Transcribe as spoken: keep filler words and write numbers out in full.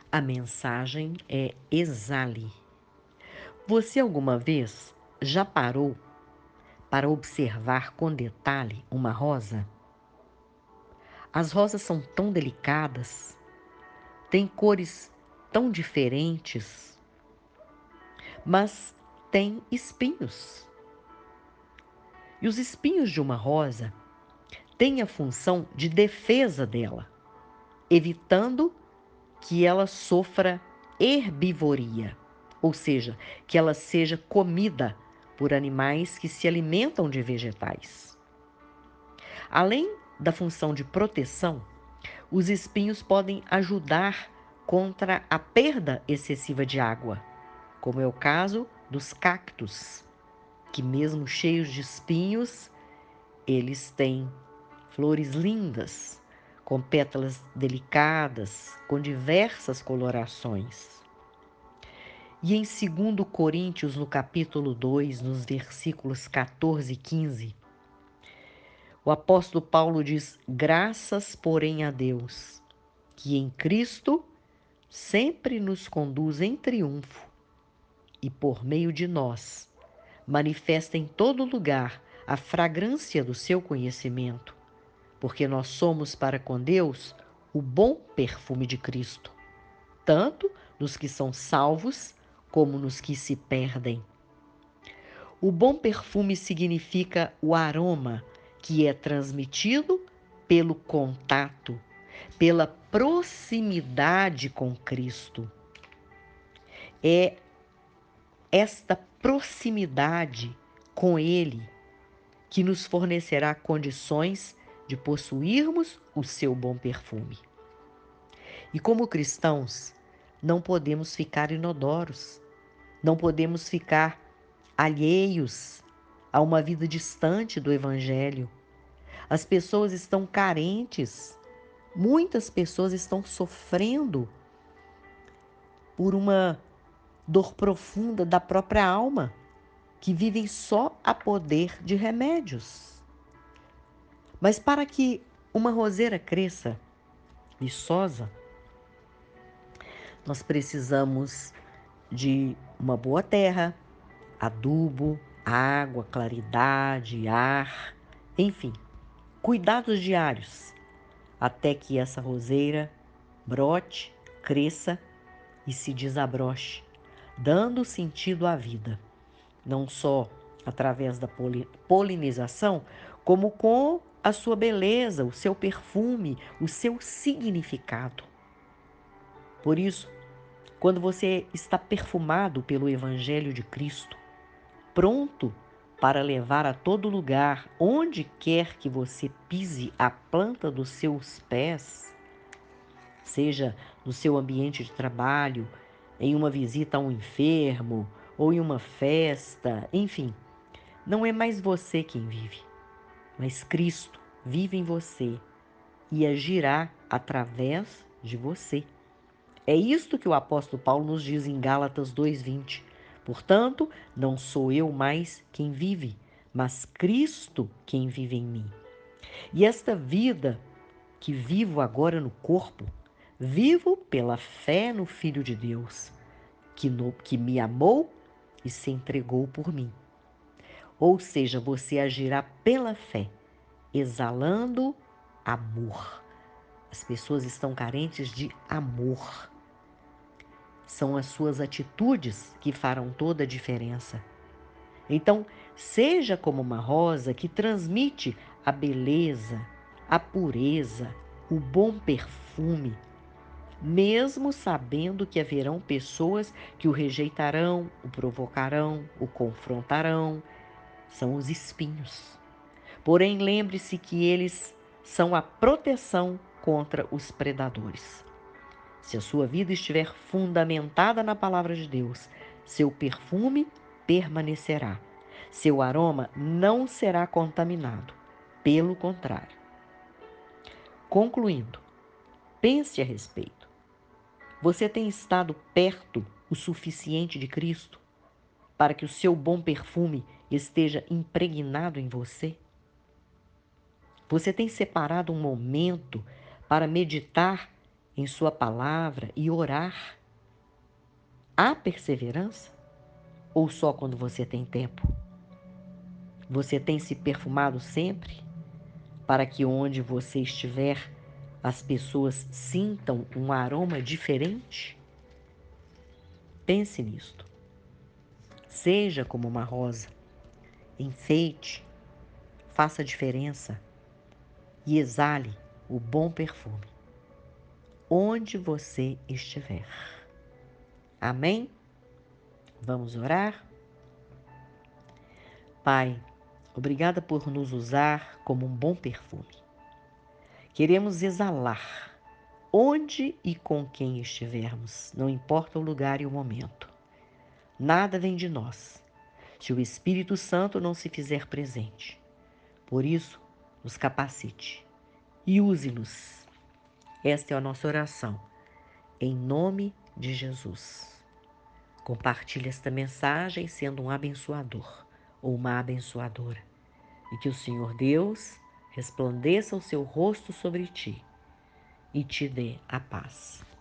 A mensagem é exale. Você alguma vez já parou para observar com detalhe uma rosa? As rosas são tão delicadas, têm cores tão diferentes, mas têm espinhos. E os espinhos de uma rosa têm a função de defesa dela, evitando que ela sofra herbivoria, ou seja, que ela seja comida por animais que se alimentam de vegetais. Além da função de proteção, os espinhos podem ajudar contra a perda excessiva de água, como é o caso dos cactos, que mesmo cheios de espinhos, eles têm flores lindas, com pétalas delicadas, com diversas colorações. E em segundo Coríntios, no capítulo dois, nos versículos quatorze e quinze, o apóstolo Paulo diz: graças, porém, a Deus, que em Cristo sempre nos conduz em triunfo e por meio de nós manifesta em todo lugar a fragrância do seu conhecimento, porque nós somos para com Deus o bom perfume de Cristo, tanto nos que são salvos como nos que se perdem. O bom perfume significa o aroma que é transmitido pelo contato, pela proximidade com Cristo. É esta proximidade com Ele que nos fornecerá condições de possuirmos o seu bom perfume. E como cristãos, não podemos ficar inodoros, não podemos ficar alheios a uma vida distante do Evangelho. As pessoas estão carentes, muitas pessoas estão sofrendo por uma dor profunda da própria alma, que vivem só a poder de remédios. Mas para que uma roseira cresça viçosa, nós precisamos de uma boa terra, adubo, água, claridade, ar, enfim, cuidados diários, até que essa roseira brote, cresça e se desabroche, dando sentido à vida, não só através da polinização, como com a sua beleza, o seu perfume, o seu significado. Por isso, quando você está perfumado pelo Evangelho de Cristo, pronto para levar a todo lugar, onde quer que você pise a planta dos seus pés, seja no seu ambiente de trabalho, em uma visita a um enfermo ou em uma festa, enfim, não é mais você quem vive, mas Cristo vive em você e agirá através de você. É isto que o apóstolo Paulo nos diz em Gálatas dois, vinte. Portanto, não sou eu mais quem vive, mas Cristo quem vive em mim. E esta vida que vivo agora no corpo, vivo pela fé no Filho de Deus, que, no, que me amou e se entregou por mim. Ou seja, você agirá pela fé, exalando amor. As pessoas estão carentes de amor. São as suas atitudes que farão toda a diferença. Então, seja como uma rosa que transmite a beleza, a pureza, o bom perfume, mesmo sabendo que haverão pessoas que o rejeitarão, o provocarão, o confrontarão. São os espinhos. Porém, lembre-se que eles são a proteção contra os predadores. Se a sua vida estiver fundamentada na palavra de Deus, seu perfume permanecerá. Seu aroma não será contaminado. Pelo contrário. Concluindo, pense a respeito. Você tem estado perto o suficiente de Cristo para que o seu bom perfume esteja impregnado em você? Você tem separado um momento para meditar em sua palavra e orar? Há perseverança? Ou só quando você tem tempo? Você tem se perfumado sempre para que onde você estiver as pessoas sintam um aroma diferente? Pense nisto. Seja como uma rosa, enfeite, faça diferença e exale o bom perfume onde você estiver. Amém? Vamos orar? Pai, obrigada por nos usar como um bom perfume. Queremos exalar onde e com quem estivermos, não importa o lugar e o momento. Nada vem de nós, se o Espírito Santo não se fizer presente. Por isso, nos capacite e use-nos. Esta é a nossa oração, em nome de Jesus. Compartilhe esta mensagem sendo um abençoador ou uma abençoadora. E que o Senhor Deus resplandeça o seu rosto sobre ti e te dê a paz.